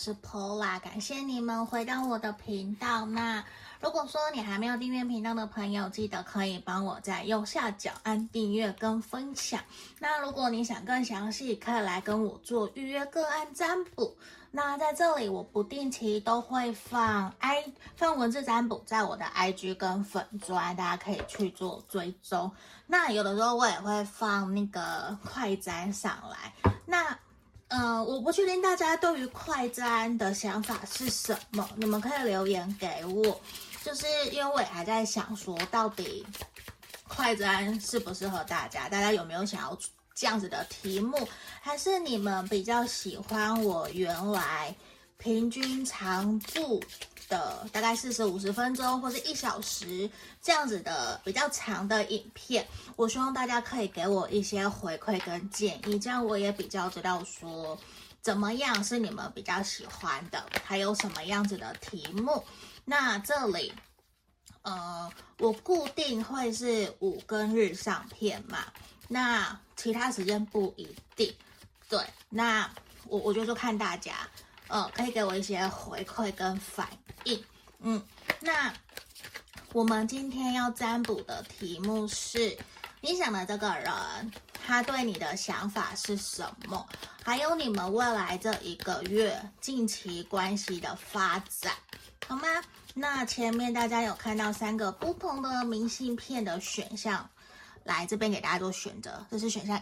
是 Paula， 感谢你们回到我的频道。那如果说你还没有订阅频道的朋友，记得可以帮我在右下角按订阅跟分享。那如果你想更详细，可以来跟我做预约个案占卜。那在这里我不定期都会放文字占卜在我的 IG 跟粉专，大家可以去做追踪。那有的时候我也会放那个快占上来。那我不确定大家对于快占的想法是什么，你们可以留言给我。就是因为我也还在想说，到底快占适不适合大家？大家有没有想要这样子的题目？还是你们比较喜欢我原来平均长度的大概40-50分钟或是1小时这样子的比较长的影片？我希望大家可以给我一些回馈跟建议，这样我也比较知道说怎么样是你们比较喜欢的，还有什么样子的题目。那这里我固定会是5跟日上片嘛，那其他时间不一定。对，那我就说看大家可以给我一些回馈跟反应。那我们今天要占卜的题目是你想的这个人他对你的想法是什么，还有你们未来这1个月近期关系的发展，好吗？那前面大家有看到3个不同的明信片的选项，来这边给大家做选择，这是选项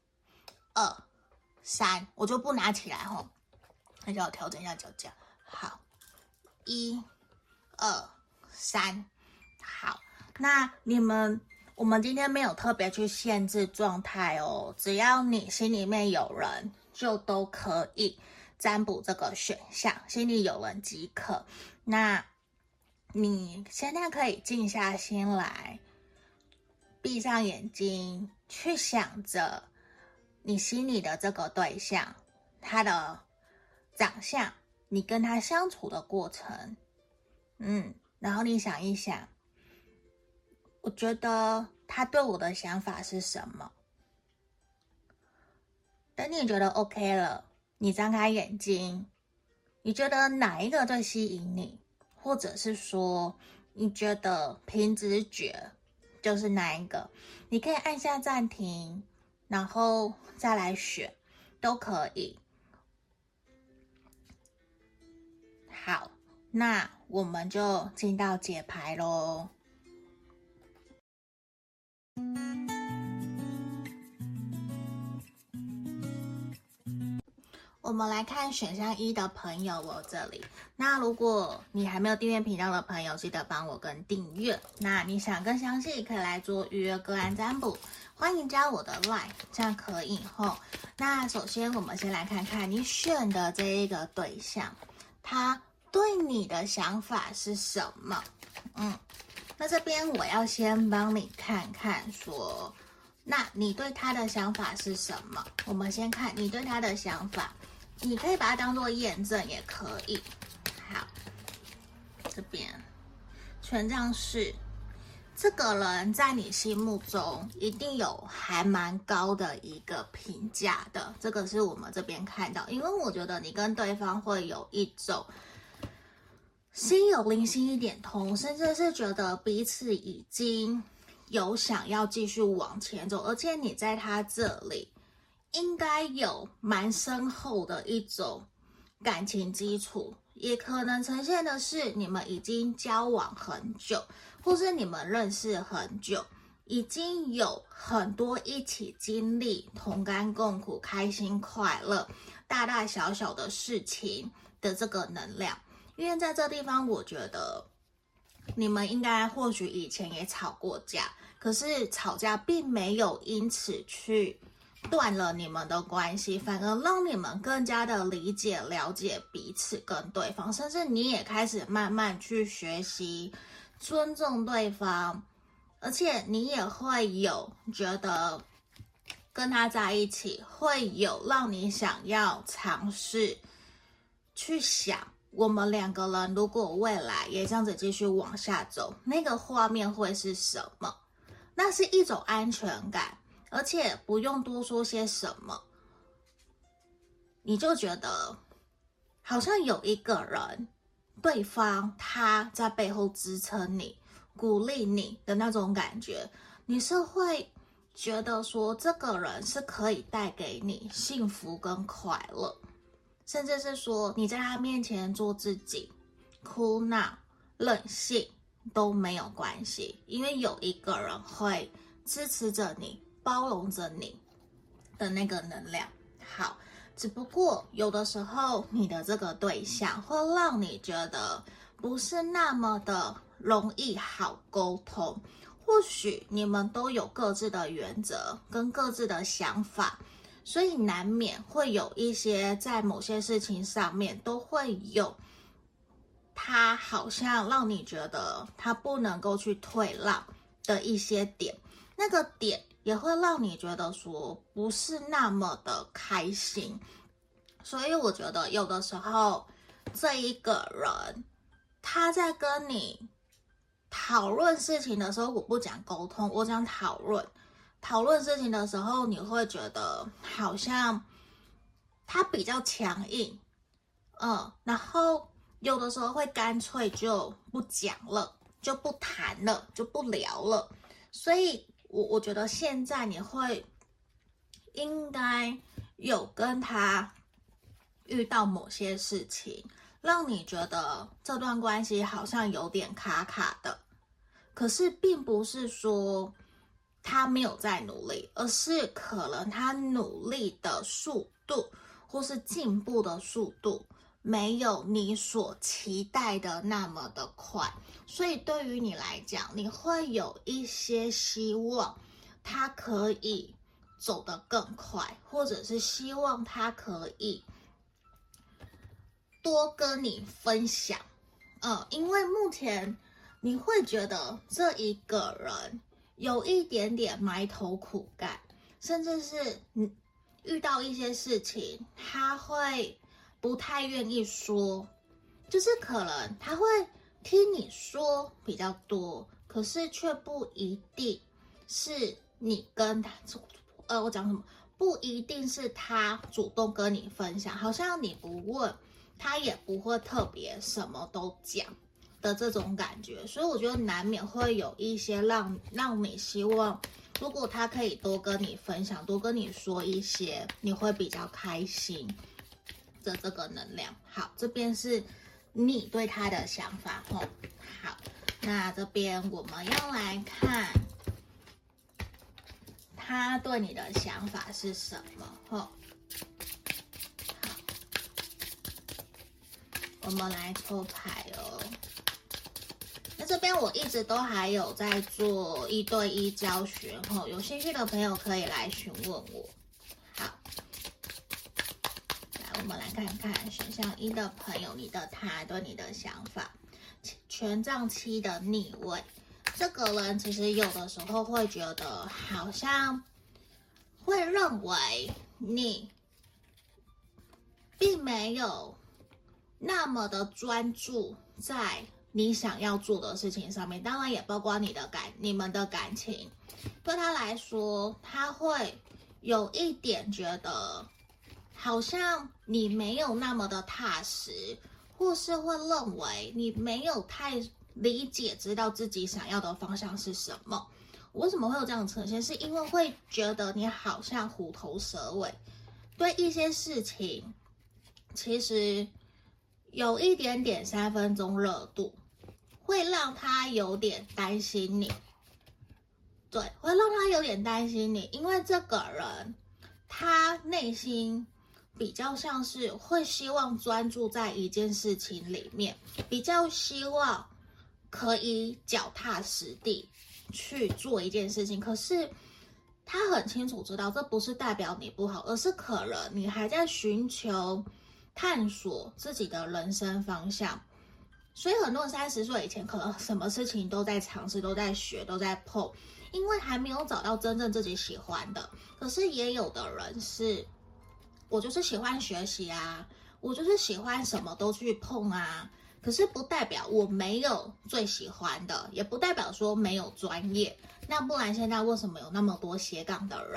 1、2、3，我就不拿起来吼，那就要调整一下脚架。好，1、2、3，好，那我们今天没有特别去限制状态哦，只要你心里面有人，就都可以占卜这个选项，心里有人即可。那你现在可以静下心来，闭上眼睛，去想着你心里的这个对象，他的长相，你跟他相处的过程，然后你想一想，我觉得他对我的想法是什么？等你觉得 OK 了，你张开眼睛，你觉得哪一个最吸引你？或者是说你觉得凭直觉就是哪一个？你可以按下暂停，然后再来选，都可以。好，那我们就进到解牌咯。我们来看选项1的朋友这里。那如果你还没有订阅频道的朋友，记得帮我跟订阅。那你想更详细，可以来做预约个案占卜，欢迎加我的 LINE， 这样可以吼。那首先我们先来看看你选的这一个对象，他对你的想法是什么？那这边我要先帮你看看说，那你对他的想法是什么？我们先看你对他的想法，你可以把它当做验证也可以。好，这边权杖4，这个人在你心目中一定有还蛮高的一个评价的，这个是我们这边看到，因为我觉得你跟对方会有一种心有灵犀一点通，甚至是觉得彼此已经有想要继续往前走，而且你在他这里应该有蛮深厚的一种感情基础，也可能呈现的是你们已经交往很久，或是你们认识很久，已经有很多一起经历同甘共苦、开心快乐、大大小小的事情的这个能量。因为在这地方我觉得你们应该或许以前也吵过架，可是吵架并没有因此去断了你们的关系，反而让你们更加的理解了解彼此跟对方，甚至你也开始慢慢去学习尊重对方，而且你也会有觉得跟他在一起会有让你想要尝试去想我们2个人如果未来也这样子继续往下走，那个画面会是什么？那是一种安全感，而且不用多说些什么，你就觉得好像有一个人，对方他在背后支撑你、鼓励你的那种感觉，你是会觉得说这个人是可以带给你幸福跟快乐，甚至是说你在他面前做自己，哭闹、任性都没有关系，因为有一个人会支持着你、包容着你的那个能量。好，只不过有的时候你的这个对象会让你觉得不是那么的容易好沟通，或许你们都有各自的原则跟各自的想法，所以难免会有一些在某些事情上面都会有他好像让你觉得他不能够去退让的一些点，那个点也会让你觉得说不是那么的开心。所以我觉得有的时候这一个人他在跟你讨论事情的时候，我不讲沟通，我讲讨论事情的时候，你会觉得好像他比较强硬，然后有的时候会干脆就不讲了，就不谈了，就不聊了。所以我觉得现在你会应该有跟他遇到某些事情，让你觉得这段关系好像有点卡卡的，可是并不是说他没有在努力，而是可能他努力的速度或是进步的速度没有你所期待的那么的快，所以对于你来讲，你会有一些希望他可以走得更快，或者是希望他可以多跟你分享，因为目前你会觉得这一个人有一点点埋头苦干，甚至是遇到一些事情他会不太愿意说，就是可能他会听你说比较多，可是却不一定是你跟他我讲什么，不一定是他主动跟你分享，好像你不问他也不会特别什么都讲的这种感觉，所以我觉得难免会有一些让你希望，如果他可以多跟你分享，多跟你说一些，你会比较开心的这个能量。好，这边是你对他的想法吼。好，那这边我们要来看他对你的想法是什么吼。我们来抽牌哦。那这边我一直都还有在做1对1教学吼，有兴趣的朋友可以来询问我。好，来我们来看看选项1的朋友，你的他对你的想法。权杖7的逆位，这个人其实有的时候会觉得好像会认为你并没有那么的专注在你想要做的事情上面，当然也包括你们的感情。对他来说，他会有一点觉得好像你没有那么的踏实，或是会认为你没有太理解知道自己想要的方向是什么。为什么会有这样的呈现？是因为会觉得你好像虎头蛇尾，对一些事情其实有一点点3分钟热度，会让他有点担心你。对，会让他有点担心你，因为这个人他内心比较像是会希望专注在一件事情里面，比较希望可以脚踏实地去做一件事情，可是他很清楚知道这不是代表你不好，而是可能你还在寻求探索自己的人生方向。所以很多人30岁以前可能什么事情都在尝试，都在学，都在碰，因为还没有找到真正自己喜欢的。可是也有的人是，我就是喜欢学习啊，我就是喜欢什么都去碰啊，可是不代表我没有最喜欢的，也不代表说没有专业。那不然现在为什么有那么多斜杠的人？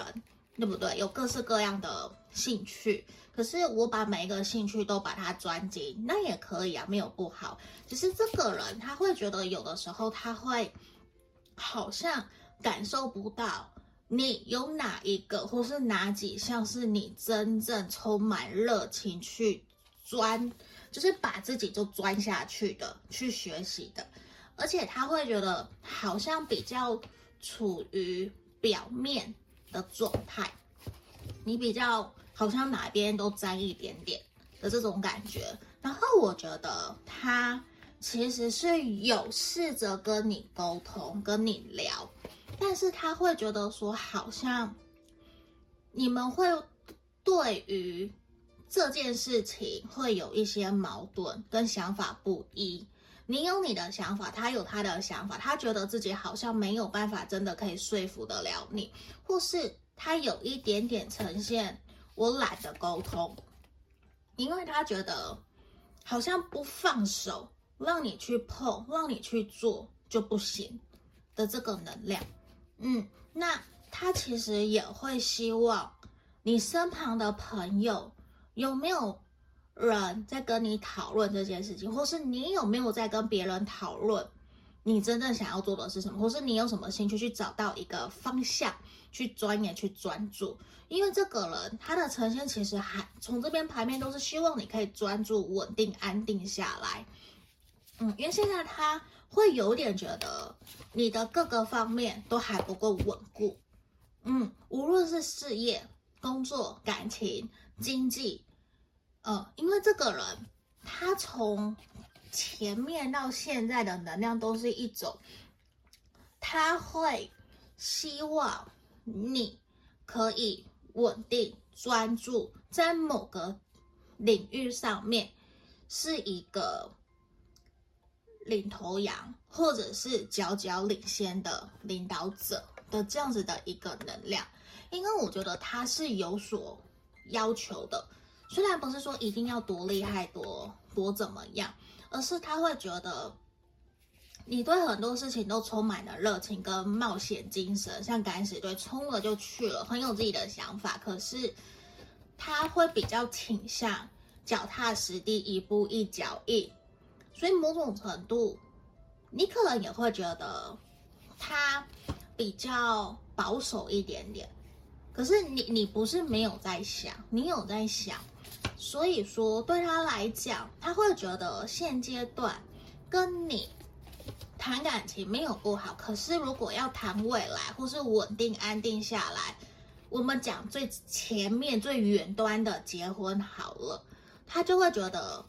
对不对？有各式各样的兴趣，可是我把每一个兴趣都把它专精，那也可以啊，没有不好。只是这个人他会觉得有的时候他会好像感受不到你有哪一个或是哪几项是你真正充满热情去就是把自己就钻下去的，去学习的。而且他会觉得好像比较处于表面的状态，你比较好像哪边都沾一点点的这种感觉。然后我觉得他其实是有试着跟你沟通，跟你聊，但是他会觉得说好像你们会对于这件事情会有一些矛盾跟想法不一。你有你的想法，他有他的想法，他觉得自己好像没有办法真的可以说服得了你，或是他有一点点呈现我懒得沟通，因为他觉得好像不放手让你去碰，让你去做就不行的这个能量。那他其实也会希望你身旁的朋友有没有人在跟你讨论这件事情，或是你有没有在跟别人讨论你真正想要做的是什么，或是你有什么兴趣，去找到一个方向去钻研去专注。因为这个人他的呈现其实还从这边牌面都是希望你可以专注稳定安定下来。因为现在他会有点觉得你的各个方面都还不够稳固。无论是事业、工作、感情、经济，因为这个人他从前面到现在的能量都是一种，他会希望你可以稳定专注在某个领域上面，是一个领头羊或者是佼佼领先的领导者的这样子的一个能量。因为我觉得他是有所要求的，虽然不是说一定要多厉害多怎么样，而是他会觉得你对很多事情都充满了热情跟冒险精神，像敢死队冲了就去了，很有自己的想法。可是他会比较倾向脚踏实地，一步一脚印，所以某种程度你可能也会觉得他比较保守一点点。可是你不是没有在想，你有在想，所以说对他来讲，他会觉得现阶段跟你谈感情没有不好，可是如果要谈未来或是稳定安定下来，我们讲最前面最远端的结婚好了，他就会觉得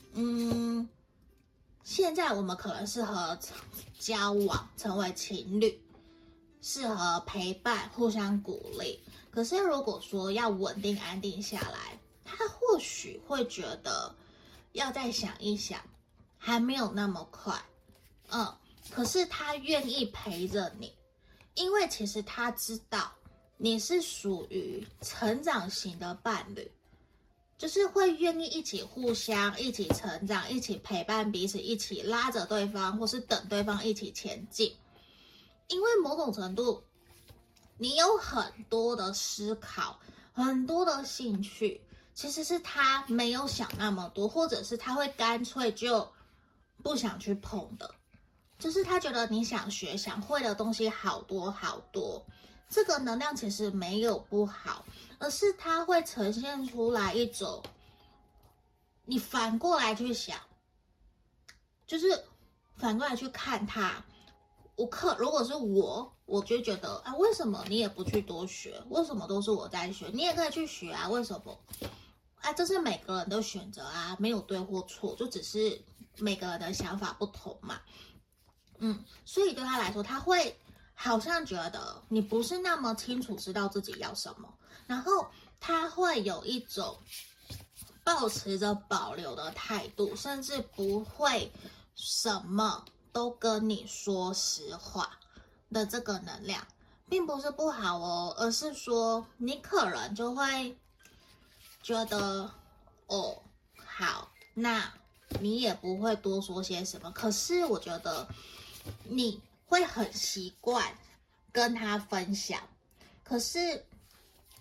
现在我们可能适合交往成为情侣，适合陪伴互相鼓励。可是如果说要稳定安定下来，他或许会觉得要再想一想，还没有那么快。可是他愿意陪着你，因为其实他知道你是属于成长型的伴侣，就是会愿意一起互相一起成长，一起陪伴彼此，一起拉着对方或是等对方一起前进。因为某种程度你有很多的思考，很多的兴趣，其实是他没有想那么多，或者是他会干脆就不想去碰的，就是他觉得你想学想会的东西好多好多。这个能量其实没有不好，而是它会呈现出来一种，你反过来去想，就是反过来去看它。如果是我就觉得啊，为什么你也不去多学？为什么都是我在学？你也可以去学啊，为什么？啊，这是每个人的选择啊，没有对或错，就只是每个人的想法不同嘛。所以对他来说，他会好像觉得你不是那么清楚知道自己要什么，然后他会有一种抱持着保留的态度，甚至不会什么都跟你说实话的这个能量，并不是不好哦，而是说你可能就会觉得好，那你也不会多说些什么。可是我觉得你会很习惯跟他分享，可是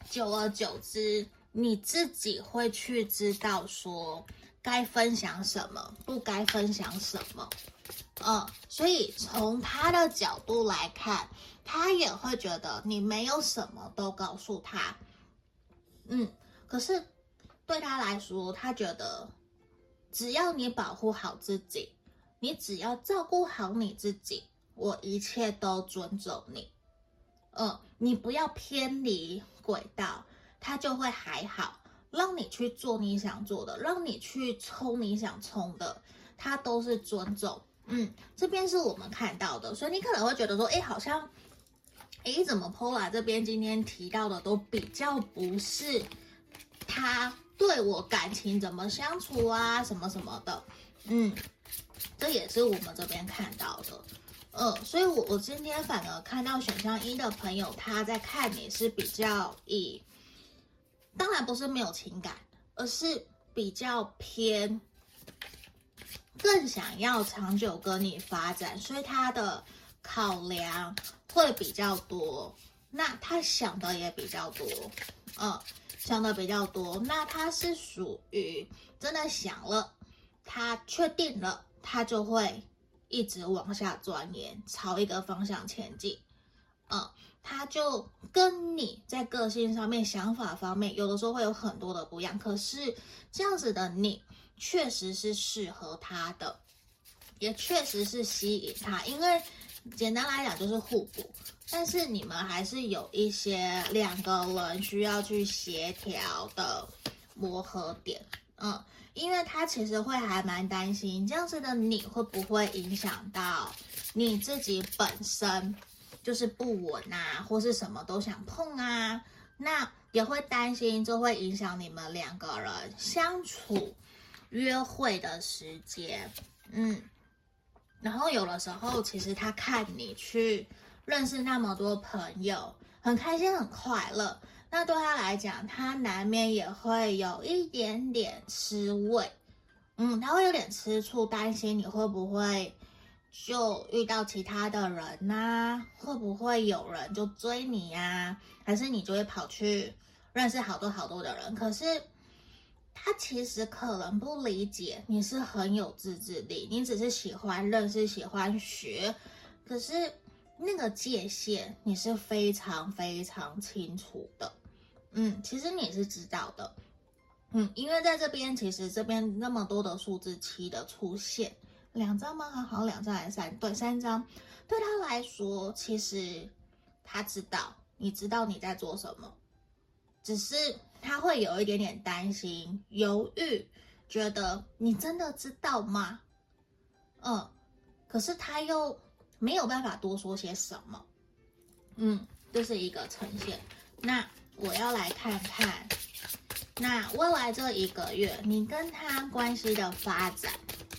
久而久之，你自己会去知道说该分享什么，不该分享什么。所以从他的角度来看，他也会觉得你没有什么都告诉他。可是对他来说，他觉得只要你保护好自己，你只要照顾好你自己，我一切都尊重你。你不要偏离轨道，他就会还好，让你去做你想做的，让你去冲你想冲的，他都是尊重。这边是我们看到的，所以你可能会觉得说，好像，怎么 Paula 这边今天提到的都比较不是他对我感情怎么相处啊，什么什么的。这也是我们这边看到的。所以我今天反而看到选项1的朋友，他在看你是比较当然不是没有情感，而是比较偏更想要长久跟你发展，所以他的考量会比较多，那他想的也比较多。想的比较多，那他是属于真的想了，他确定了，他就会一直往下钻研，朝一个方向前进。他就跟你在个性上面、想法方面，有的时候会有很多的不一样，可是这样子的你确实是适合他的，也确实是吸引他，因为简单来讲就是互补，但是你们还是有一些两个人需要去协调的磨合点。因为他其实会还蛮担心这样子的你会不会影响到你自己本身就是不稳啊，或是什么都想碰啊，那也会担心这会影响你们两个人相处约会的时间。然后有的时候其实他看你去认识那么多朋友，很开心很快乐，那对他来讲，他难免也会有一点点吃味。他会有点吃醋，担心你会不会就遇到其他的人啊，会不会有人就追你啊，还是你就会跑去认识好多好多的人。可是他其实可能不理解你是很有自制力，你只是喜欢认识喜欢学，可是那个界限你是非常非常清楚的。其实你是知道的。因为在这边其实这边那么多的数字7的出现，2张吗？好像2张还是3？对，3张。对他来说，其实他知道，你知道你在做什么，只是他会有一点点担心、犹豫，觉得你真的知道吗？可是他又没有办法多说些什么。这是一个呈现。那我要来看看，那未来这1个月你跟他关系的发展。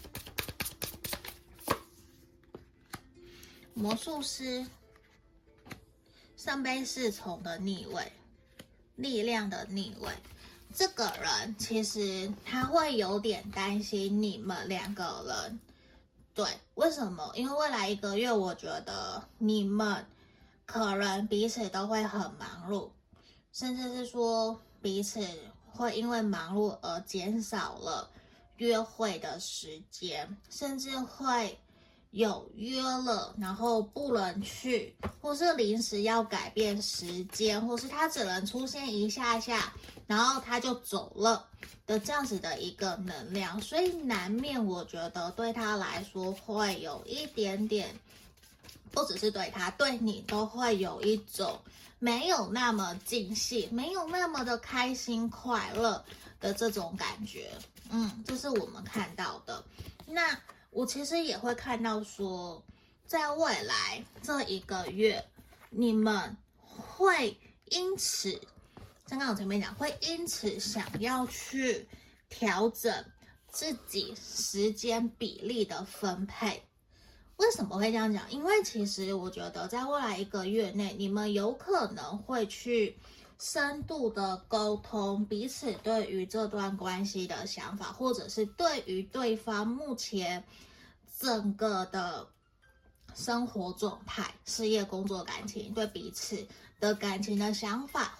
魔术师、圣杯4重的逆位、力量的逆位，这个人其实他会有点担心你们两个人。对，为什么？因为未来1个月我觉得你们可能彼此都会很忙碌，甚至是说彼此会因为忙碌而减少了约会的时间，甚至会有约了然后不能去，或是临时要改变时间，或是他只能出现一下下然后他就走了的这样子的一个能量。所以难免我觉得对他来说会有一点点，不只是对他，对你都会有一种没有那么尽兴，没有那么的开心快乐的这种感觉。这是我们看到的。那我其实也会看到说，在未来这1个月，你们会因此，刚刚我前面讲，会因此想要去调整自己时间比例的分配。为什么会这样讲？因为其实我觉得在未来1个月内，你们有可能会去深度的沟通彼此对于这段关系的想法，或者是对于对方目前整个的生活状态、事业、工作、感情，对彼此的感情的想法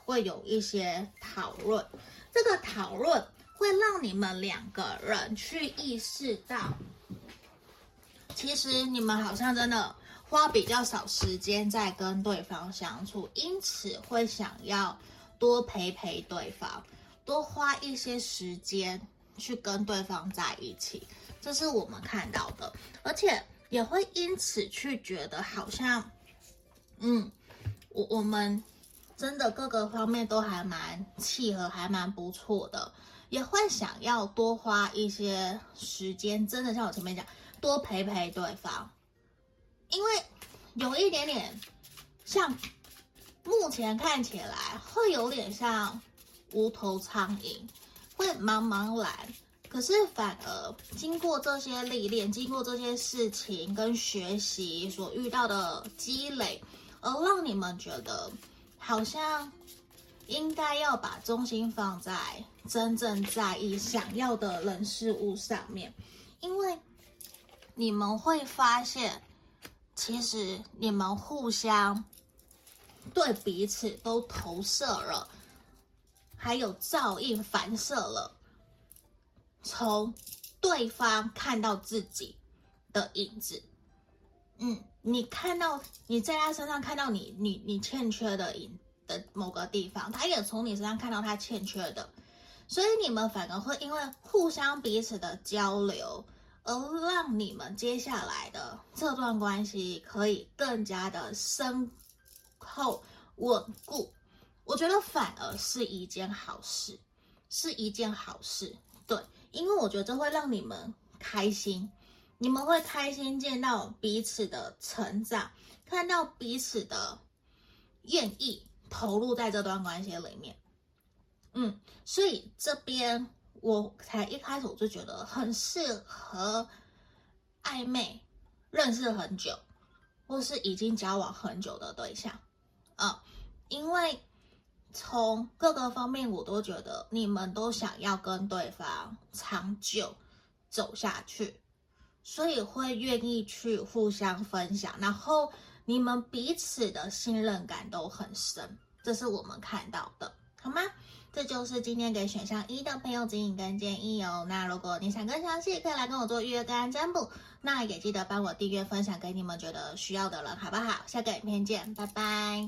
会有一些讨论，这个讨论会让你们两个人去意识到，其实你们好像真的花比较少时间在跟对方相处，因此会想要多陪对方，多花一些时间去跟对方在一起，这是我们看到的，而且也会因此去觉得好像，我们真的各个方面都还蛮契合，还蛮不错的，也会想要多花一些时间，真的像我前面讲，多陪对方，因为有一点点像，目前看起来会有点像无头苍蝇，会茫茫然。可是反而经过这些历练，经过这些事情跟学习所遇到的积累，而让你们觉得好像应该要把重心放在真正在意想要的人事物上面，因为你们会发现，其实你们互相对彼此都投射了，还有照应反射了，从对方看到自己的影子。你看到你在他身上看到你欠缺的某个地方，他也从你身上看到他欠缺的，所以你们反而会因为互相彼此的交流，而让你们接下来的这段关系可以更加的深厚稳固。我觉得反而是一件好事，对，因为我觉得这会让你们开心，你们会开心见到彼此的成长，看到彼此的愿意投入在这段关系里面。所以这边我才一开始我就觉得很适合暧昧、认识很久或是已经交往很久的对象，因为从各个方面我都觉得你们都想要跟对方长久走下去，所以会愿意去互相分享，然后你们彼此的信任感都很深，这是我们看到的，好吗？这就是今天给选项1的朋友指引跟建议哦。那如果你想更详细，可以来跟我做预约个案占卜，那也记得帮我订阅分享给你们觉得需要的人，好不好？下个影片见，拜拜。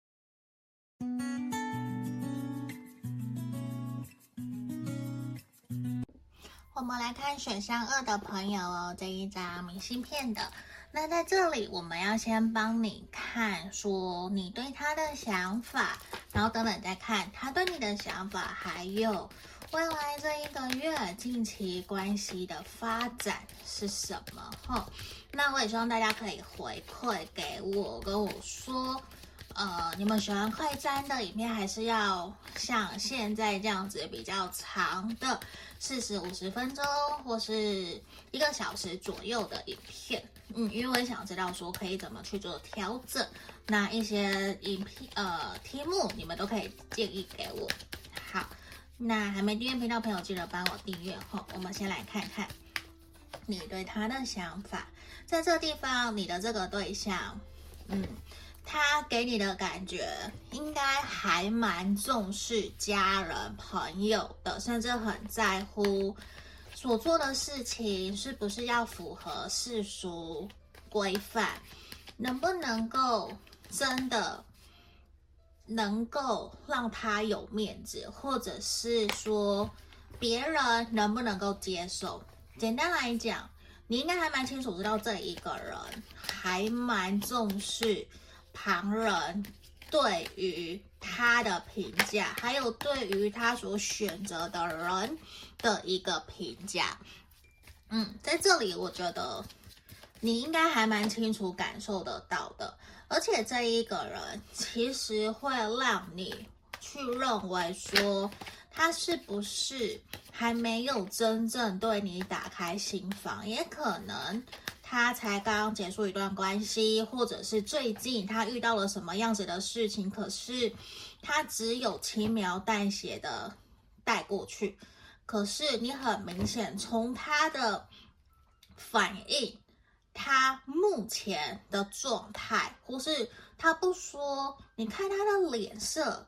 我们来看选项2的朋友哦，这一张明信片的。那在这里，我们要先帮你看说你对他的想法，然后等等再看他对你的想法，还有未来这一个月近期关系的发展是什么。那我也希望大家可以回馈给我，跟我说你们喜欢快占的影片，还是要像现在这样子比较长的40-50分钟，或是1个小时左右的影片？因为我也想知道说可以怎么去做调整。那一些题目你们都可以建议给我。好，那还没订阅频道的朋友记得帮我订阅后，我们先来看看你对他的想法。在这地方，你的这个对象，他给你的感觉应该还蛮重视家人朋友的，甚至很在乎所做的事情是不是要符合世俗规范，能不能够真的能够让他有面子，或者是说别人能不能够接受。简单来讲，你应该还蛮清楚知道这一个人还蛮重视旁人对于他的评价，还有对于他所选择的人的一个评价。在这里我觉得你应该还蛮清楚感受得到的，而且这一个人其实会让你去认为说他是不是还没有真正对你打开心房，也可能他才刚刚结束一段关系，或者是最近他遇到了什么样子的事情，可是他只有轻描淡写的带过去。可是你很明显从他的反应，他目前的状态，或是他不说，你看他的脸色，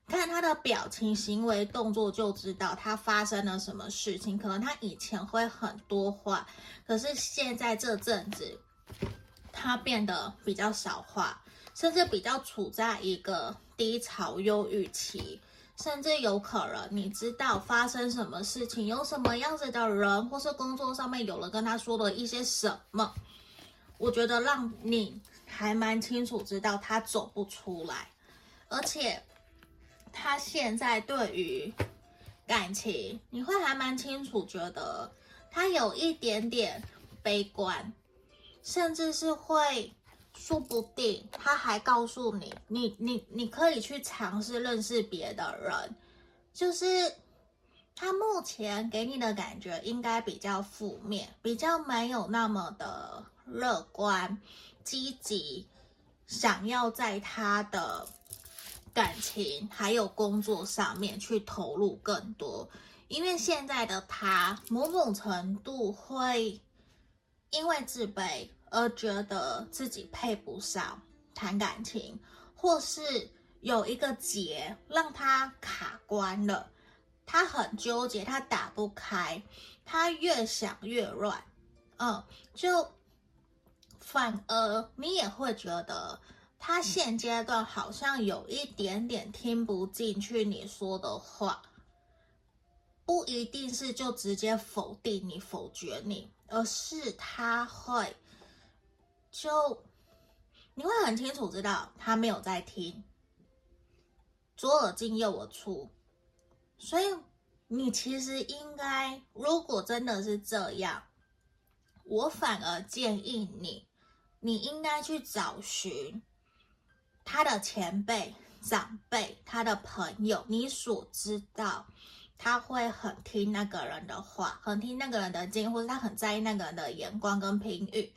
看他的表情、行为、动作就知道他发生了什么事情。可能他以前会很多话，可是现在这阵子他变得比较少话，甚至比较处在一个低潮、忧郁期。甚至有可能你知道发生什么事情，有什么样子的人，或是工作上面有了跟他说的一些什么，我觉得让你还蛮清楚知道他走不出来，而且他现在对于感情，你会还蛮清楚觉得他有一点点悲观，甚至是会说不定他还告诉你，你可以去尝试认识别的人，就是他目前给你的感觉应该比较负面，比较没有那么的乐观、积极，想要在他的感情还有工作上面去投入更多，因为现在的他某种程度会因为自卑而觉得自己配不上谈感情，或是有一个结让他卡关了，他很纠结，他打不开，他越想越乱，就反而你也会觉得他现阶段好像有一点点听不进去你说的话，不一定是就直接否定你、否决你，而是他会你会很清楚知道他没有在听，左耳进右耳出，所以你其实应该，如果真的是这样，我反而建议你应该去找寻他的前辈、长辈、他的朋友，你所知道他会很听那个人的话，很听那个人的建议，或者他很在意那个人的眼光跟评语，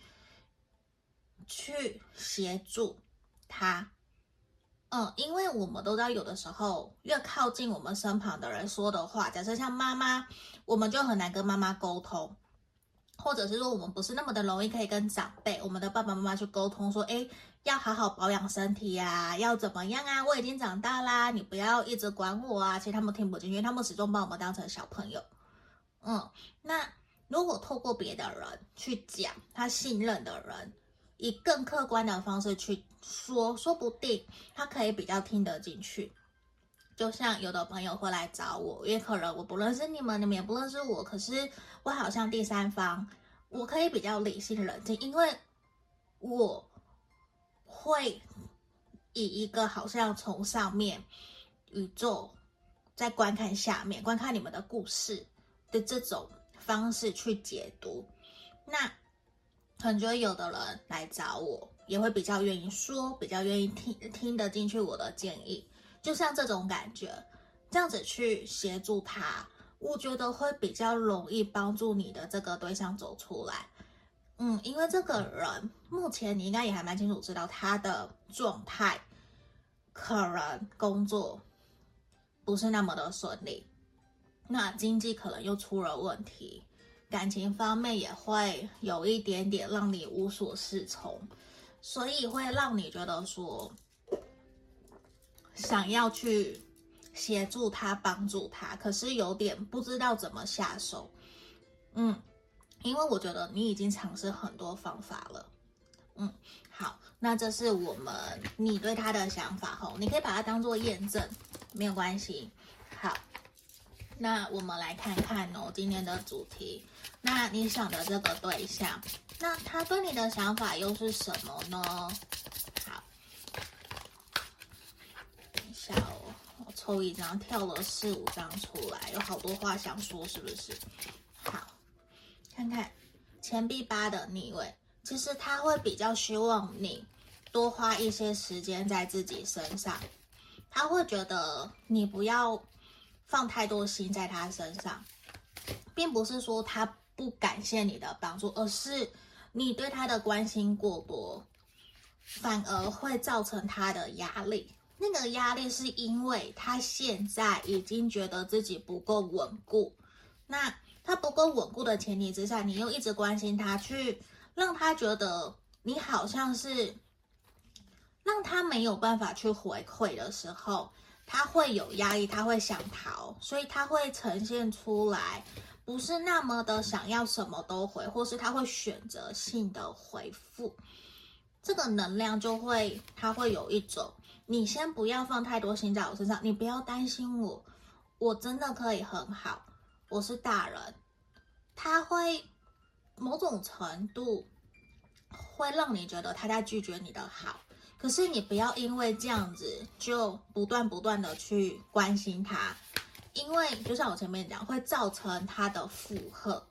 去协助他。因为我们都知道，有的时候越靠近我们身旁的人说的话，假设像妈妈，我们就很难跟妈妈沟通，或者是说我们不是那么的容易可以跟长辈，我们的爸爸妈妈去沟通说，要好好保养身体啊，要怎么样啊，我已经长大啦，你不要一直管我啊。其实他们听不进去，因为他们始终把我们当成小朋友。那如果透过别的人去讲，他信任的人，以更客观的方式去说，说不定他可以比较听得进去。就像有的朋友会来找我，因为可能我不认识你们，你们也不认识我，可是我好像第三方，我可以比较理性冷静，因为我会以一个好像从上面宇宙在观看下面，观看你们的故事的这种方式去解读。那可能就会有的人来找我，也会比较愿意说，比较愿意听得进去我的建议，就像这种感觉，这样子去协助他，我觉得会比较容易帮助你的这个对象走出来。因为这个人目前你应该也还蛮清楚知道他的状态，可能工作不是那么的顺利，那经济可能又出了问题，感情方面也会有一点点让你无所适从，所以会让你觉得说想要去协助他、帮助他，可是有点不知道怎么下手。因为我觉得你已经尝试很多方法了。好，那这是你对他的想法吼，你可以把它当做验证，没有关系。好，那我们来看看今天的主题。那你想的这个对象，那他对你的想法又是什么呢？好，等一下我抽一张，跳了4、5张出来，有好多话想说，是不是？好，看看钱币8的逆位，其实他会比较希望你多花一些时间在自己身上，他会觉得你不要放太多心在他身上，并不是说他不感谢你的帮助，而是你对他的关心过多，反而会造成他的压力。那个压力是因为他现在已经觉得自己不够稳固，那他不够稳固的前提之下，你又一直关心他，去让他觉得你好像是让他没有办法去回馈的时候， 他会有压力，他会想逃，所以他会呈现出来不是那么的想要什么都回，或是他会选择性的回复。这个能量就会，他会有一种，你先不要放太多心在我身上，你不要担心我，我真的可以很好，我是大人。他会某种程度会让你觉得他在拒绝你的好，可是你不要因为这样子就不断的去关心他，因为就像我前面讲，会造成他的负荷。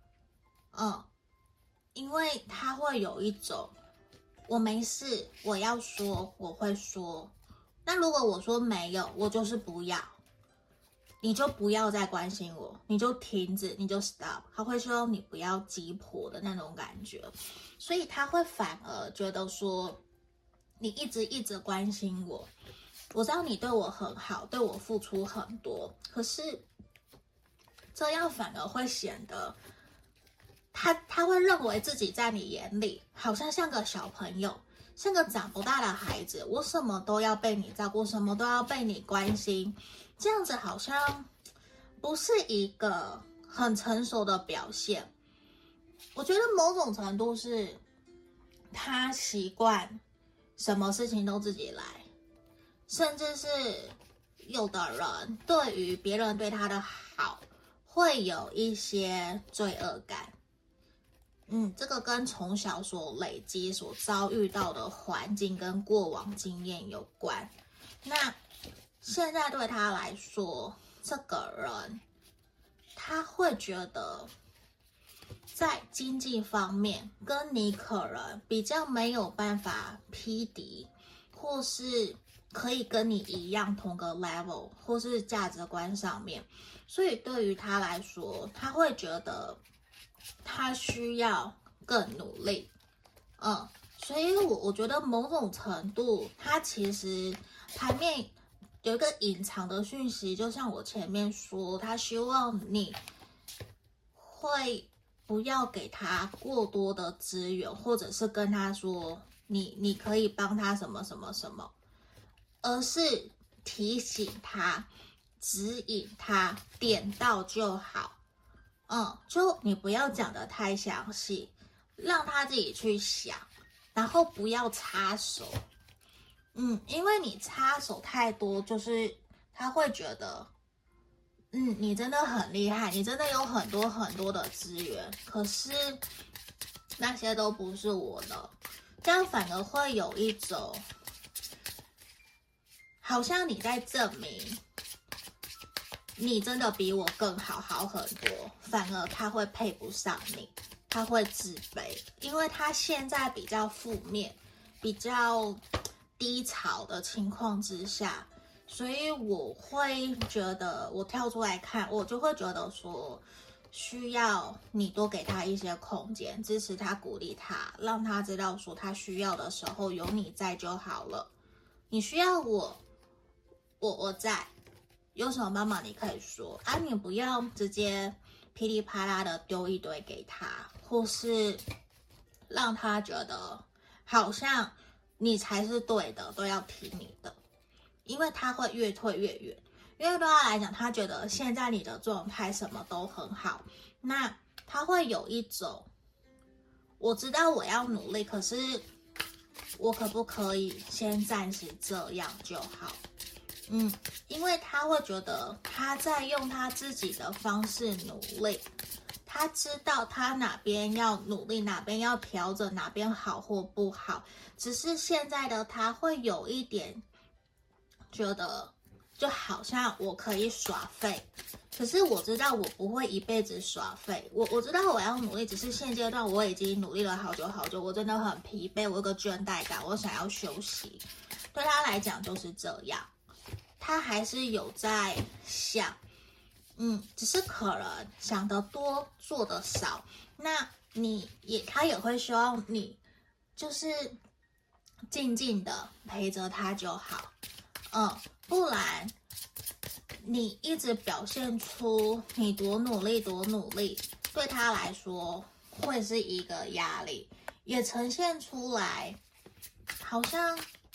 因为他会有一种，我没事，我要说我会说，那如果我说没有，我就是不要，你就不要再关心我，你就停止，你就 stop。他会说你不要急迫的那种感觉，所以他会反而觉得说，你一直关心我，我知道你对我很好，对我付出很多，可是这样反而会显得他会认为自己在你眼里好像个小朋友，像个长不大的孩子，我什么都要被你照顾，什么都要被你关心，这样子好像不是一个很成熟的表现。我觉得某种程度是他习惯什么事情都自己来，甚至是有的人对于别人对他的好会有一些罪恶感。这个跟从小所累积、所遭遇到的环境跟过往经验有关。那现在对他来说，这个人他会觉得在经济方面跟你可能比较没有办法匹敌，或是可以跟你一样同个 level， 或是价值观上面，所以对于他来说，他会觉得他需要更努力。所以我觉得某种程度，他其实牌面有一个隐藏的讯息，就像我前面说，他希望你会不要给他过多的资源，或者是跟他说你可以帮他什么什么什么，而是提醒他、指引他，点到就好。就你不要讲得太详细，让他自己去想，然后不要插手。因为你插手太多，就是他会觉得，你真的很厉害，你真的有很多的资源，可是那些都不是我的，这样反而会有一种好像你在证明你真的比我更好很多，反而他会配不上你，他会自卑，因为他现在比较负面、比较低潮的情况之下，所以我会觉得，我跳出来看，我就会觉得说，需要你多给他一些空间，支持他、鼓励他，让他知道说他需要的时候有你在就好了。你需要我在。有什么帮忙你可以说啊，你不要直接噼里啪啦的丢一堆给他，或是让他觉得好像你才是对的，都要听你的，因为他会越退越远。因为对他来讲，他觉得现在你的状态什么都很好，那他会有一种，我知道我要努力，可是我可不可以先暂时这样就好？因为他会觉得他在用他自己的方式努力，他知道他哪边要努力，哪边要调整，哪边好或不好，只是现在的他会有一点觉得就好像我可以耍废，可是我知道我不会一辈子耍废，我知道我要努力，只是现阶段我已经努力了好久，我真的很疲惫，我有个倦怠感，我想要休息。对他来讲就是这样，他还是有在想，只是可能想得多，做得少。那他也会希望你就是静静的陪着他就好，不然你一直表现出你多努力，对他来说会是一个压力，也呈现出来好像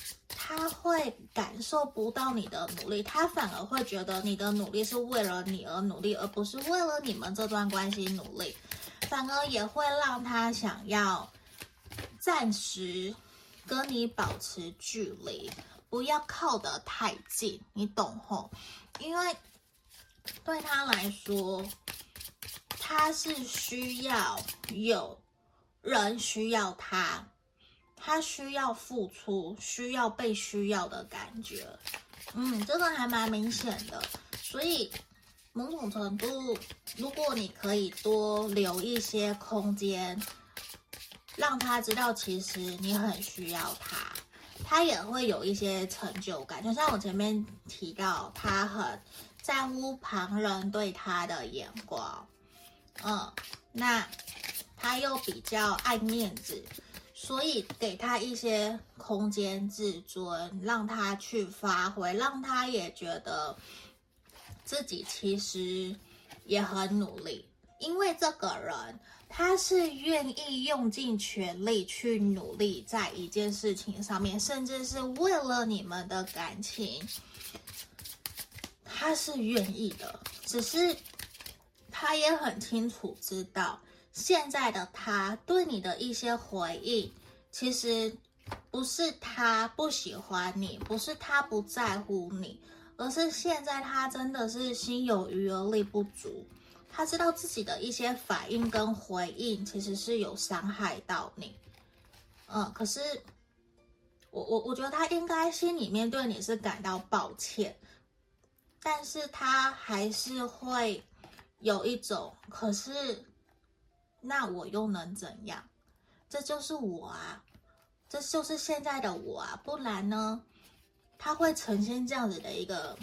他会感受不到你的努力，他反而会觉得你的努力是为了你而努力，而不是为了你们这段关系努力，反而也会让他想要暂时跟你保持距离，不要靠得太近，你懂吼？因为对他来说，他是需要有人需要他，他需要付出，需要被需要的感觉。这个还蛮明显的。所以某种程度，如果你可以多留一些空间，让他知道其实你很需要他，他也会有一些成就感。就像我前面提到，他很在乎旁人对他的眼光，那他又比较爱面子，所以给他一些空间自尊，让他去发挥，让他也觉得自己其实也很努力，因为这个人他是愿意用尽全力去努力在一件事情上面，甚至是为了你们的感情，他是愿意的，只是他也很清楚知道现在的他对你的一些回应，其实不是他不喜欢你，不是他不在乎你，而是现在他真的是心有余而力不足，他知道自己的一些反应跟回应其实是有伤害到你，可是我觉得他应该心里面对你是感到抱歉，但是他还是会有一种，可是那我又能怎样？这就是我啊，这就是现在的我啊，不然呢，他会呈现这样子的一个，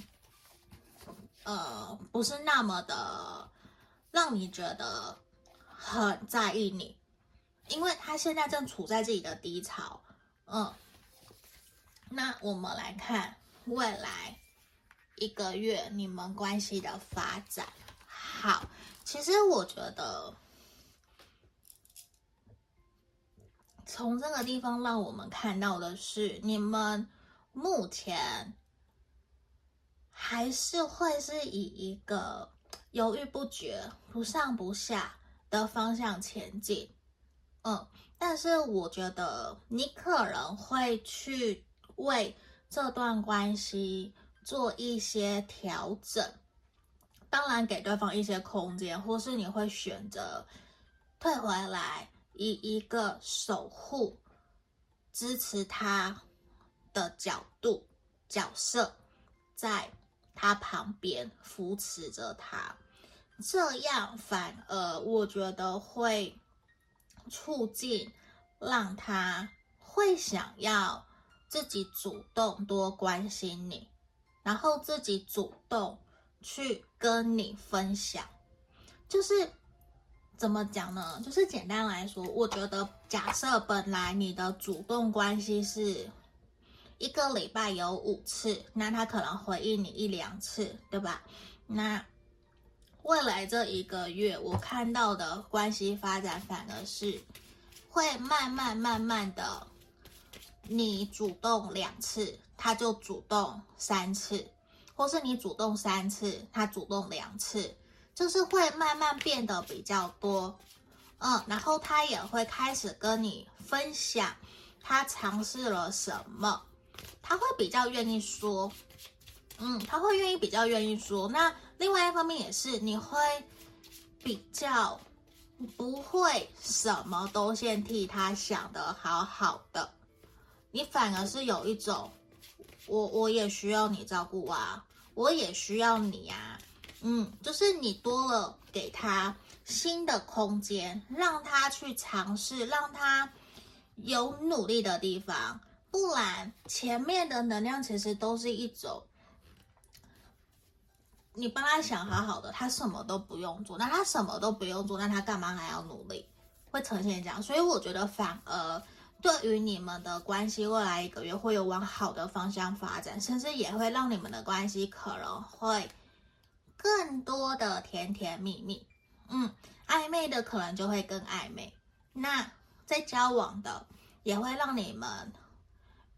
不是那么的让你觉得很在意你，因为他现在正处在自己的低潮，那我们来看未来一个月你们关系的发展。好，其实我觉得从这个地方让我们看到的是，你们目前还是会是以一个犹豫不决、不上不下的方向前进，但是我觉得你可能会去为这段关系做一些调整，当然给对方一些空间，或是你会选择退回来，以一个守护、支持他的角色，在他旁边扶持着他，这样反而我觉得会促进让他会想要自己主动多关心你，然后自己主动去跟你分享。就是怎么讲呢？就是简单来说，我觉得假设本来你的主动关系是一个礼拜有5次，那他可能回应你1-2次，对吧？那未来这一个月我看到的关系发展反而是会慢慢的，你主动2次，他就主动3次，或是你主动3次，他主动2次，就是会慢慢变得比较多，然后他也会开始跟你分享他尝试了什么，他会比较愿意说，他会比较愿意说。那另外一方面也是，你会比较不会什么都先替他想得好好的，你反而是有一种我也需要你照顾啊，我也需要你啊，就是你多了给他新的空间，让他去尝试，让他有努力的地方，不然前面的能量其实都是一种你帮他想好好的，他什么都不用做，那他什么都不用做，那他干嘛还要努力？会呈现这样，所以我觉得反而对于你们的关系未来一个月会有往好的方向发展，甚至也会让你们的关系可能会更多的甜甜蜜蜜，暧昧的可能就会更暧昧，那在交往的也会让你们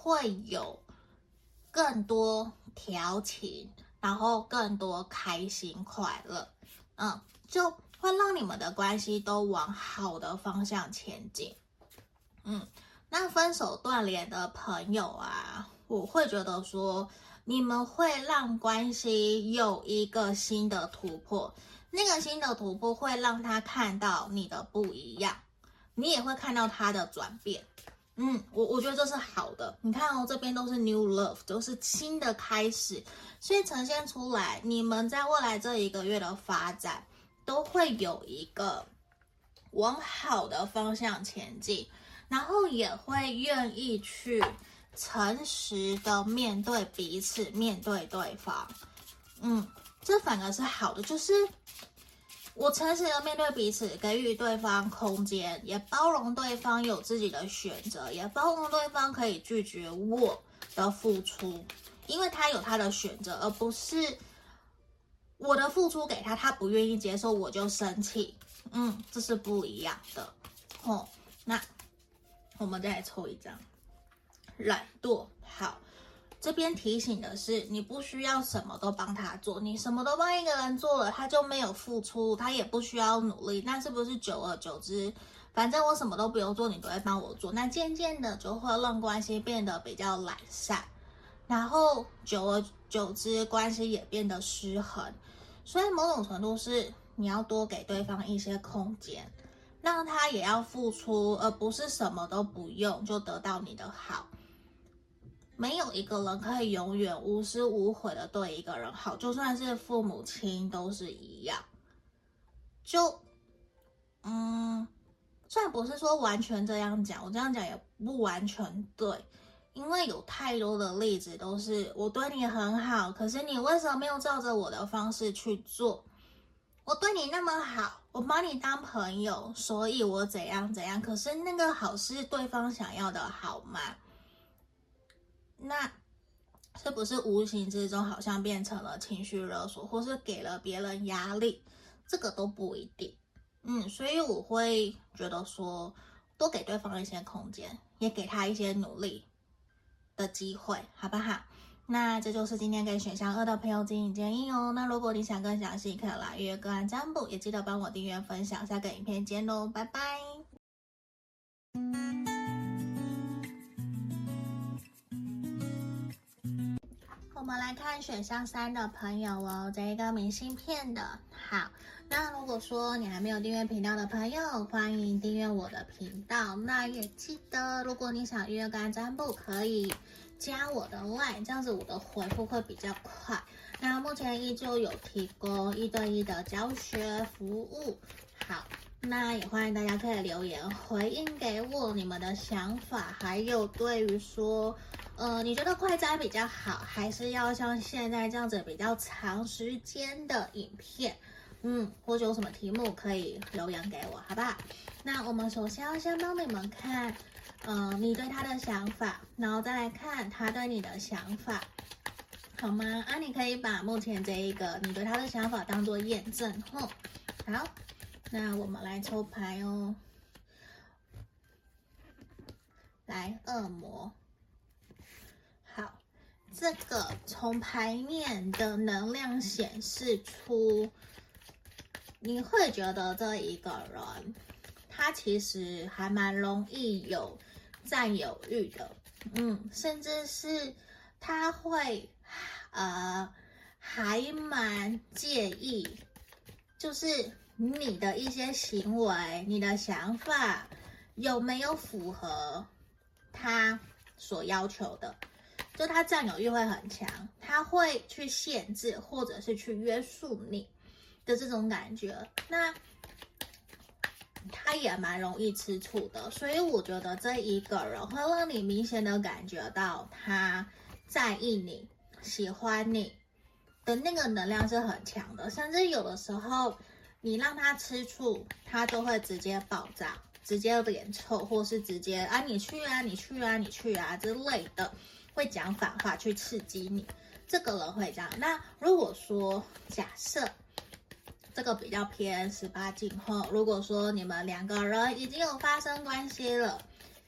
会有更多调情，然后更多开心快乐，就会让你们的关系都往好的方向前进。那分手断联的朋友啊，我会觉得说，你们会让关系有一个新的突破，那个新的突破会让他看到你的不一样，你也会看到他的转变。我觉得这是好的。你看哦，这边都是 new love， 都是新的开始，所以呈现出来，你们在未来这1个月的发展，都会有一个往好的方向前进，然后也会愿意去诚实的面对彼此，面对对方。这反而是好的，就是我诚实的面对彼此，给予对方空间，也包容对方有自己的选择，也包容对方可以拒绝我的付出，因为他有他的选择，而不是我的付出给他，他不愿意接受我就生气。这是不一样的。那我们再来抽一张懒惰。好，这边提醒的是，你不需要什么都帮他做，你什么都帮一个人做了，他就没有付出，他也不需要努力。那是不是久而久之，反正我什么都不用做，你都会帮我做，那渐渐的就会让关系变得比较懒散，然后久而久之关系也变得失衡。所以某种程度是你要多给对方一些空间，让他也要付出，而不是什么都不用就得到你的好。没有一个人可以永远无私无悔的对一个人好，就算是父母亲都是一样。虽然不是说完全这样讲，我这样讲也不完全对，因为有太多的例子都是我对你很好，可是你为什么没有照着我的方式去做？我对你那么好，我把你当朋友，所以我怎样怎样，可是那个好是对方想要的好吗？那是不是无形之中好像变成了情绪勒索，或是给了别人压力？这个都不一定。所以我会觉得说，多给对方一些空间，也给他一些努力的机会，好不好？那这就是今天给选项2的朋友经营建议哦。那如果你想更详细，可以来预约个案占卜，也记得帮我订阅分享，下个影片见喽，拜拜。我们来看选项3的朋友哦，这一个明信片的。好，那如果说你还没有订阅频道的朋友，欢迎订阅我的频道。那也记得，如果你想预约个案占卜，可以加我的 LINE， 这样子我的回复会比较快。那目前依旧有提供1对1的教学服务。好，那也欢迎大家可以留言回应给我你们的想法，还有对于说你觉得快摘比较好，还是要像现在这样子比较长时间的影片？或者有什么题目可以留言给我，好不好？那我们首先要先帮你们看，你对他的想法，然后再来看他对你的想法，好吗？你可以把目前这一个你对他的想法当做验证吼。好，那我们来抽牌哦。来，恶魔。好，这个从牌面的能量显示出，你会觉得这一个人，他其实还蛮容易有占有欲的，甚至是他会，还蛮介意，就是你的一些行为、你的想法有没有符合他所要求的。就他占有欲会很强，他会去限制或者是去约束你的这种感觉，那他也蛮容易吃醋的，所以我觉得这一个人会让你明显的感觉到他在意你、喜欢你的那个能量是很强的，甚至有的时候你让他吃醋，他就会直接爆炸，直接脸臭，或是直接你去啊，你去啊，你去啊之类的。会讲反话去刺激你，这个人会这样。那如果说假设这个比较偏18禁后，如果说你们2个人已经有发生关系了，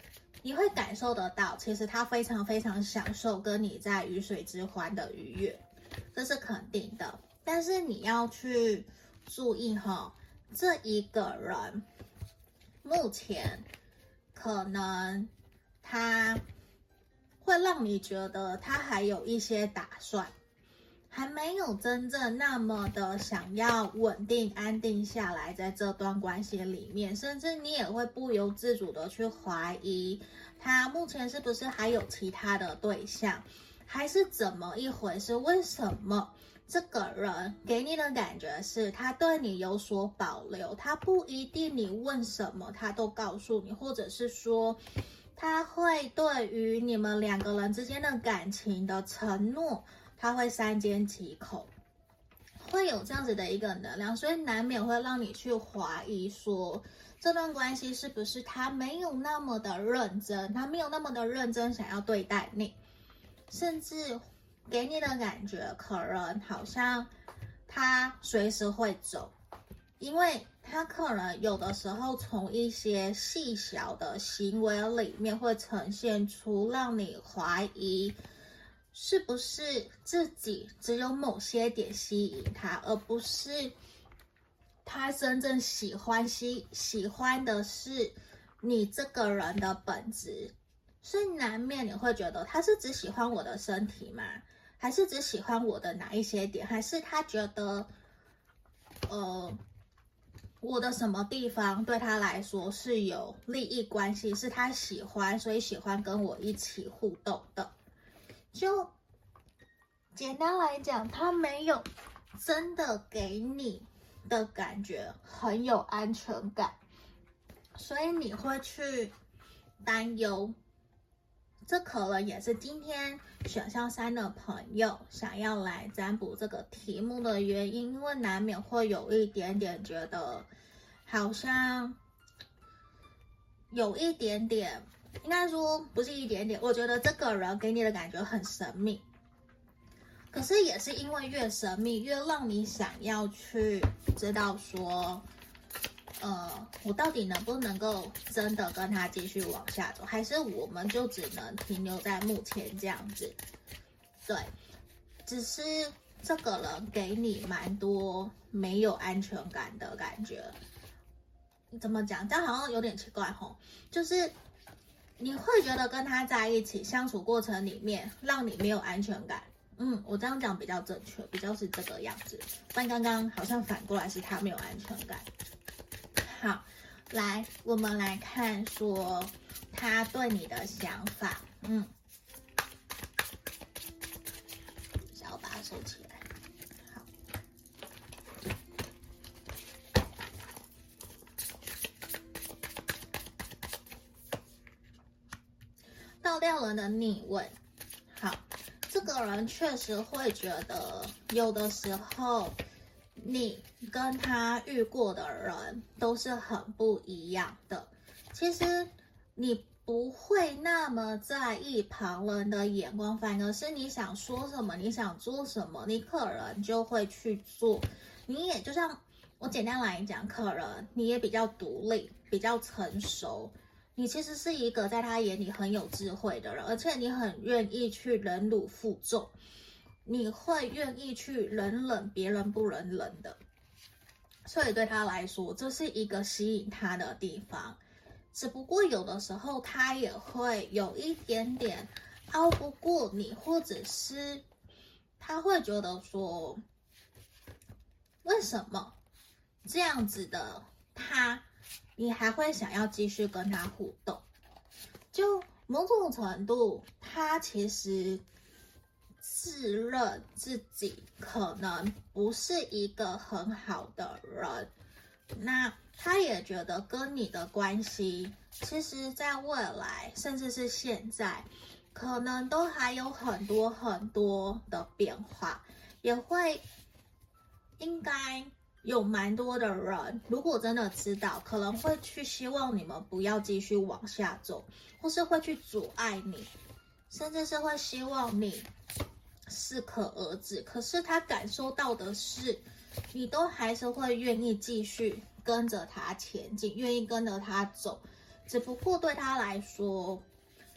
你会感受得到，其实他非常非常享受跟你在鱼水之欢的愉悦，这是肯定的。但是你要去注意这一个人目前可能他会让你觉得他还有一些打算，还没有真正那么的想要稳定安定下来在这段关系里面，甚至你也会不由自主的去怀疑他目前是不是还有其他的对象，还是怎么一回事？为什么这个人给你的感觉是他对你有所保留，他不一定你问什么他都告诉你，或者是说他会对于你们两个人之间的感情的承诺他会三缄其口，会有这样子的一个能量，所以难免会让你去怀疑说这段关系是不是他没有那么的认真，他没有那么的认真想要对待你，甚至给你的感觉可能好像他随时会走，因为他可能有的时候从一些细小的行为里面会呈现出让你怀疑是不是自己只有某些点吸引他，而不是他真正喜欢的是你这个人的本质。所以难免你会觉得他是只喜欢我的身体吗？还是只喜欢我的哪一些点？还是他觉得我的什么地方对他来说是有利益关系，是他喜欢，所以喜欢跟我一起互动的。就简单来讲，他没有真的给你的感觉很有安全感，所以你会去担忧。这可能也是今天选项3的朋友想要来占卜这个题目的原因，因为难免会有一点点觉得好像有一点点，应该说不是一点点，我觉得这个人给你的感觉很神秘，可是也是因为越神秘越让你想要去知道说我到底能不能够真的跟他继续往下走，还是我们就只能停留在目前这样子。对，只是这个人给你蛮多没有安全感的感觉。怎么讲？这样好像有点奇怪吼，就是你会觉得跟他在一起相处过程里面让你没有安全感。我这样讲比较正确，比较是这个样子。但刚刚好像反过来是他没有安全感。好，来，我们来看说他对你的想法。想要把它收起来。好，倒吊人的逆位。好，这个人确实会觉得有的时候你跟他遇过的人都是很不一样的。其实你不会那么在意旁人的眼光，反而是你想说什么，你想做什么，你可能就会去做。你也就像我简单来讲，可能你也比较独立，比较成熟。你其实是一个在他眼里很有智慧的人，而且你很愿意去忍辱负重，你会愿意去忍别人不能忍的，所以对他来说，这是一个吸引他的地方。只不过有的时候他也会有一点点熬不过你，或者是他会觉得说，为什么这样子的他，你还会想要继续跟他互动？就某种程度，他其实自认自己可能不是一个很好的人，那他也觉得跟你的关系，其实在未来，甚至是现在，可能都还有很多很多的变化，也会应该有蛮多的人，如果真的知道，可能会去希望你们不要继续往下走，或是会去阻碍你，甚至是会希望你适可而止。可是他感受到的是，你都还是会愿意继续跟着他前进，愿意跟着他走，只不过对他来说，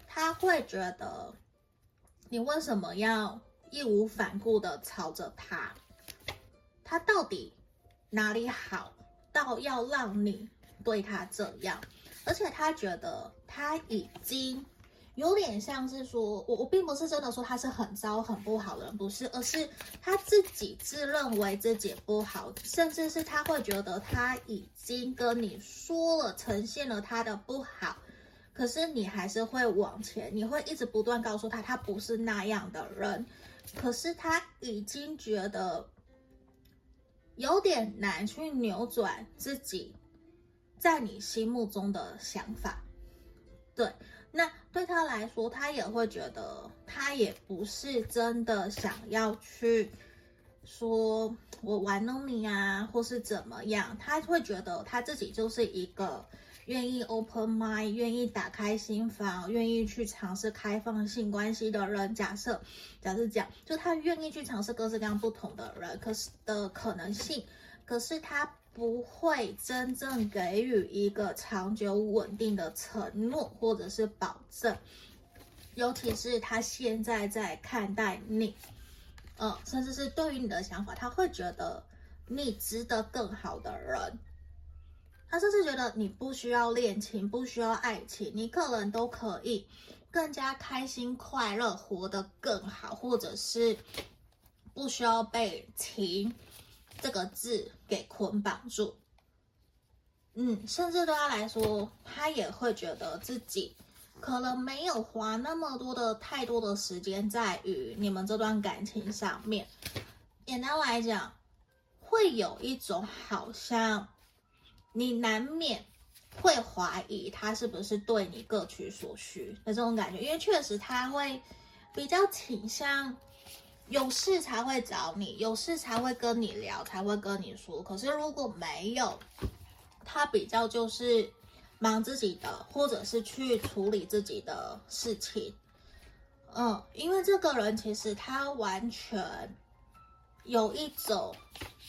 他会觉得你为什么要义无反顾的朝着他？他到底哪里好到要让你对他这样？而且他觉得他已经有点像是说，我并不是真的说他是很糟很不好的人，不是，而是他自己自认为自己不好，甚至是他会觉得他已经跟你说了，呈现了他的不好，可是你还是会往前，你会一直不断告诉他，他不是那样的人，可是他已经觉得有点难去扭转自己在你心目中的想法。对，那对他来说，他也会觉得他也不是真的想要去说我玩弄你啊，或是怎么样，他会觉得他自己就是一个愿意 open mind， 愿意打开心房，愿意去尝试开放性关系的人。假设这样，就他愿意去尝试各式各样不同的人，可是的可能性，可是他不会真正给予一个长久稳定的承诺或者是保证，尤其是他现在在看待你，甚至是对于你的想法，他会觉得你值得更好的人。他甚至觉得你不需要恋情，不需要爱情，你可能都可以更加开心快乐，活得更好，或者是不需要被情这个字给捆绑住。甚至对他来说，他也会觉得自己可能没有花那么太多的时间在于你们这段感情上面。简单来讲，会有一种好像你难免会怀疑他是不是对你各取所需的这种感觉，因为确实他会比较倾向有事才会找你，有事才会跟你聊，才会跟你说。可是如果没有，他比较就是忙自己的，或者是去处理自己的事情。因为这个人其实他完全有一种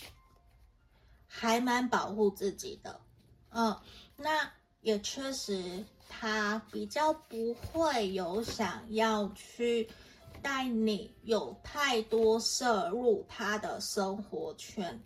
还蛮保护自己的，那也确实他比较不会有想要去带你有太多摄入他的生活圈。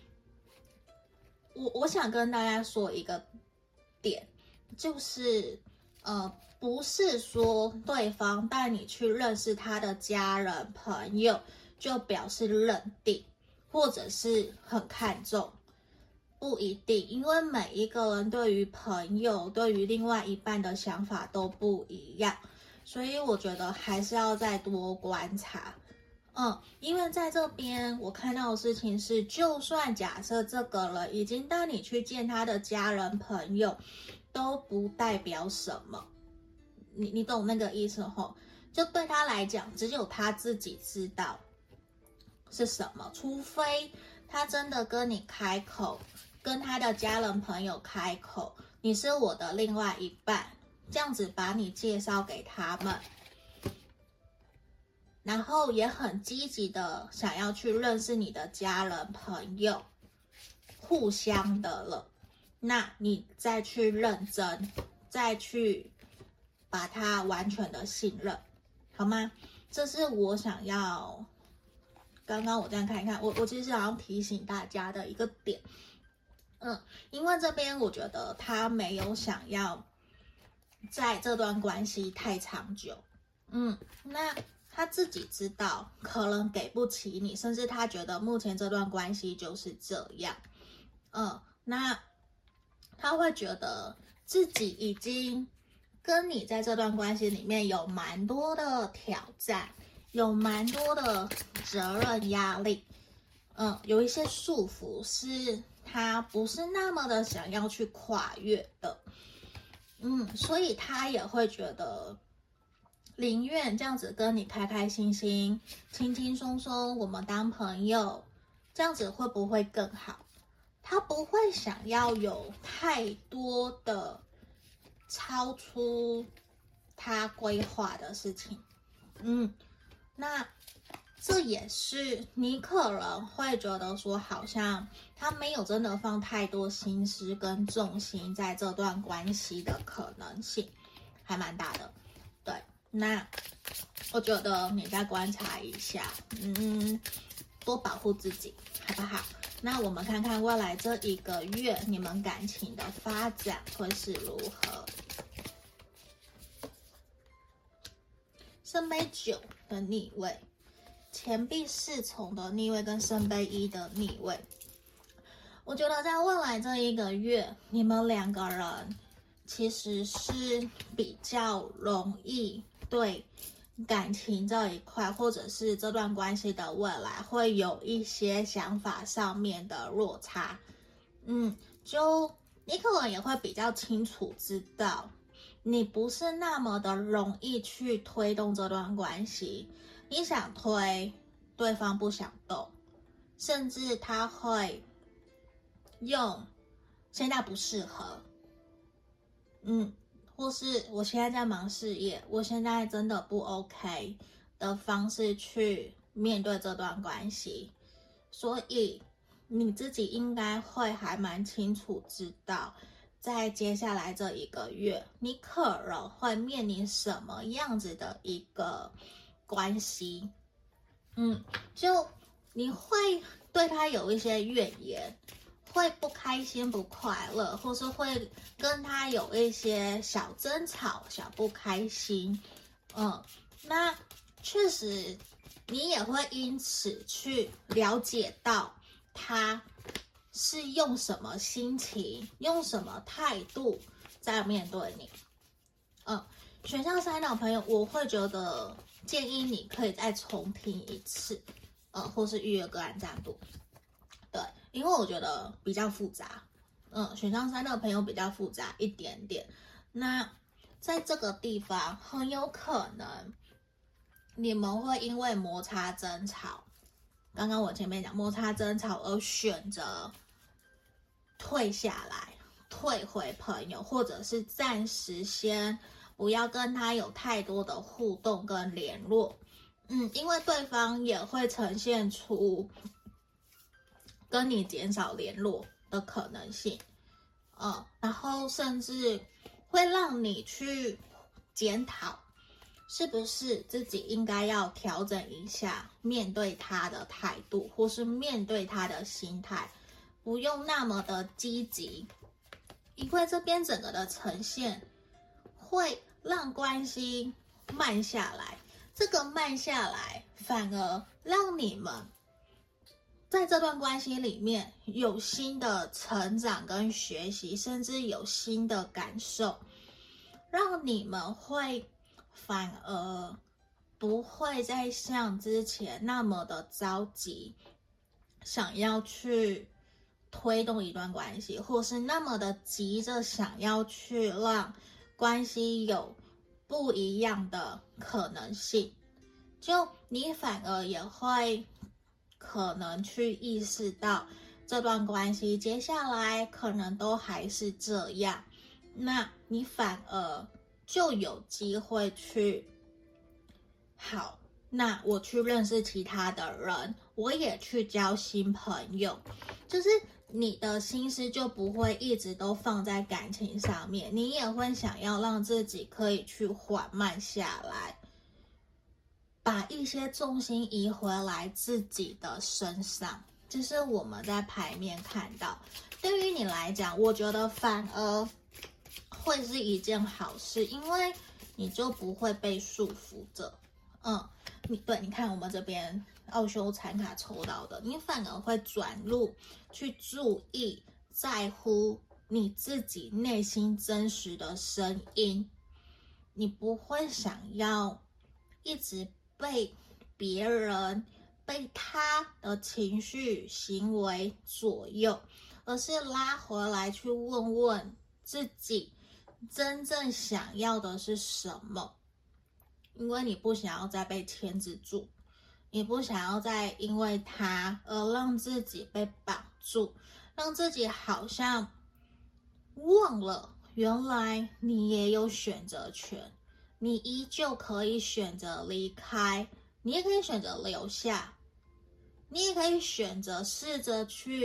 我想跟大家说一个点，就是不是说对方带你去认识他的家人朋友就表示认定或者是很看重，不一定，因为每一个人对于朋友对于另外一半的想法都不一样，所以我觉得还是要再多观察。因为在这边我看到的事情是，就算假设这个人已经带你去见他的家人朋友，都不代表什么。你懂那个意思吼？就对他来讲，只有他自己知道是什么，除非他真的跟你开口，跟他的家人朋友开口，你是我的另外一半，这样子把你介绍给他们，然后也很积极的想要去认识你的家人朋友，互相的了，那你再去认真，再去把他完全的信任，好吗？这是我想要，刚刚我这样看一看，我其实想要提醒大家的一个点，因为这边我觉得他没有想要在这段关系太长久，那他自己知道可能给不起你，甚至他觉得目前这段关系就是这样，那他会觉得自己已经跟你在这段关系里面有蛮多的挑战，有蛮多的责任压力，有一些束缚是他不是那么的想要去跨越的，所以他也会觉得宁愿这样子跟你开开心心、轻轻松松，我们当朋友，这样子会不会更好？他不会想要有太多的超出他规划的事情，那这也是你可能会觉得说，好像他没有真的放太多心思跟重心在这段关系的可能性，还蛮大的，对。 那我觉得你再观察一下，多保护自己，好不好？那我们看看未来这一个月你们感情的发展会是如何。圣杯9的逆位，钱币侍从的逆位跟圣杯1的逆位。我觉得在未来这一个月，你们两个人其实是比较容易对感情这一块，或者是这段关系的未来会有一些想法上面的落差。就你可能也会比较清楚知道，你不是那么的容易去推动这段关系，你想推，对方不想动，甚至他会用现在不适合，或是我现在在忙事业，我现在真的不 OK 的方式去面对这段关系。所以你自己应该会还蛮清楚知道，在接下来这一个月，你可能会面临什么样子的一个关系。就你会对他有一些怨言，会不开心不快乐，或是会跟他有一些小争吵小不开心。那确实你也会因此去了解到他是用什么心情用什么态度在面对你。选项3的朋友，我会觉得建议你可以再重听一次，或是预约个案占卜。对，因为我觉得比较复杂，选项3的朋友比较复杂一点点。那在这个地方，很有可能你们会因为摩擦争吵，刚刚我前面讲摩擦争吵而选择退下来，退回朋友，或者是暂时先不要跟他有太多的互动跟联络。因为对方也会呈现出跟你减少联络的可能性，然后甚至会让你去检讨，是不是自己应该要调整一下面对他的态度，或是面对他的心态，不用那么的积极，因为这边整个的呈现会让关系慢下来，这个慢下来反而让你们在这段关系里面有新的成长跟学习，甚至有新的感受，让你们会反而不会再像之前那么的着急想要去推动一段关系，或是那么的急着想要去让关系有不一样的可能性。就你反而也会可能去意识到这段关系接下来可能都还是这样，那你反而就有机会去好，那我去认识其他的人，我也去交新朋友，就是你的心思就不会一直都放在感情上面，你也会想要让自己可以去缓慢下来，把一些重心移回来自己的身上。这是我们在牌面看到，对于你来讲，我觉得反而会是一件好事，因为你就不会被束缚着。你看我们这边奥修禅卡抽到的，你反而会转入去注意在乎你自己内心真实的声音，你不会想要一直被别人被他的情绪行为左右，而是拉回来去问问自己真正想要的是什么。因为你不想要再被牵制住，你不想要再因为他而让自己被绑住，让自己好像忘了原来你也有选择权，你依旧可以选择离开，你也可以选择留下，你也可以选择试着去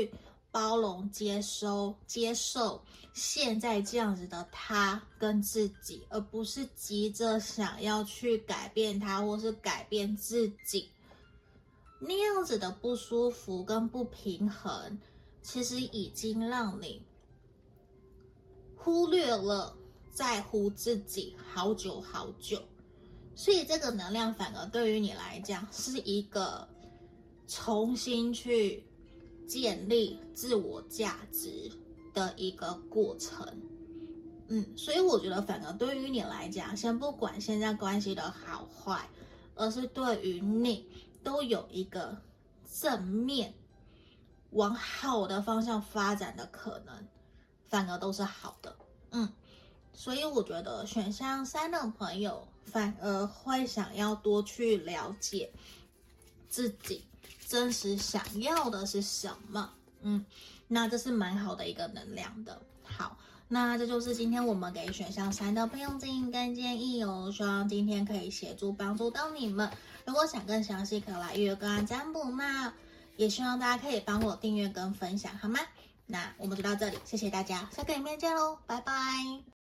包容、接受现在这样子的他跟自己，而不是急着想要去改变他或是改变自己。那样子的不舒服跟不平衡，其实已经让你忽略了在乎自己好久好久。所以这个能量反而对于你来讲是一个重新去建立自我价值的一个过程。所以我觉得反而对于你来讲，先不管现在关系的好坏，而是对于你都有一个正面往好的方向发展的可能，反而都是好的。所以我觉得选项3的朋友反而会想要多去了解自己真实想要的是什么。那这是蛮好的一个能量的。好，那这就是今天我们给选项3的朋友建议跟建议哦，希望今天可以协助帮助到你们。如果想更详细可以来预约个案占卜，那也希望大家可以帮我订阅跟分享好吗？那我们就到这里，谢谢大家，下个影片见喽，拜拜。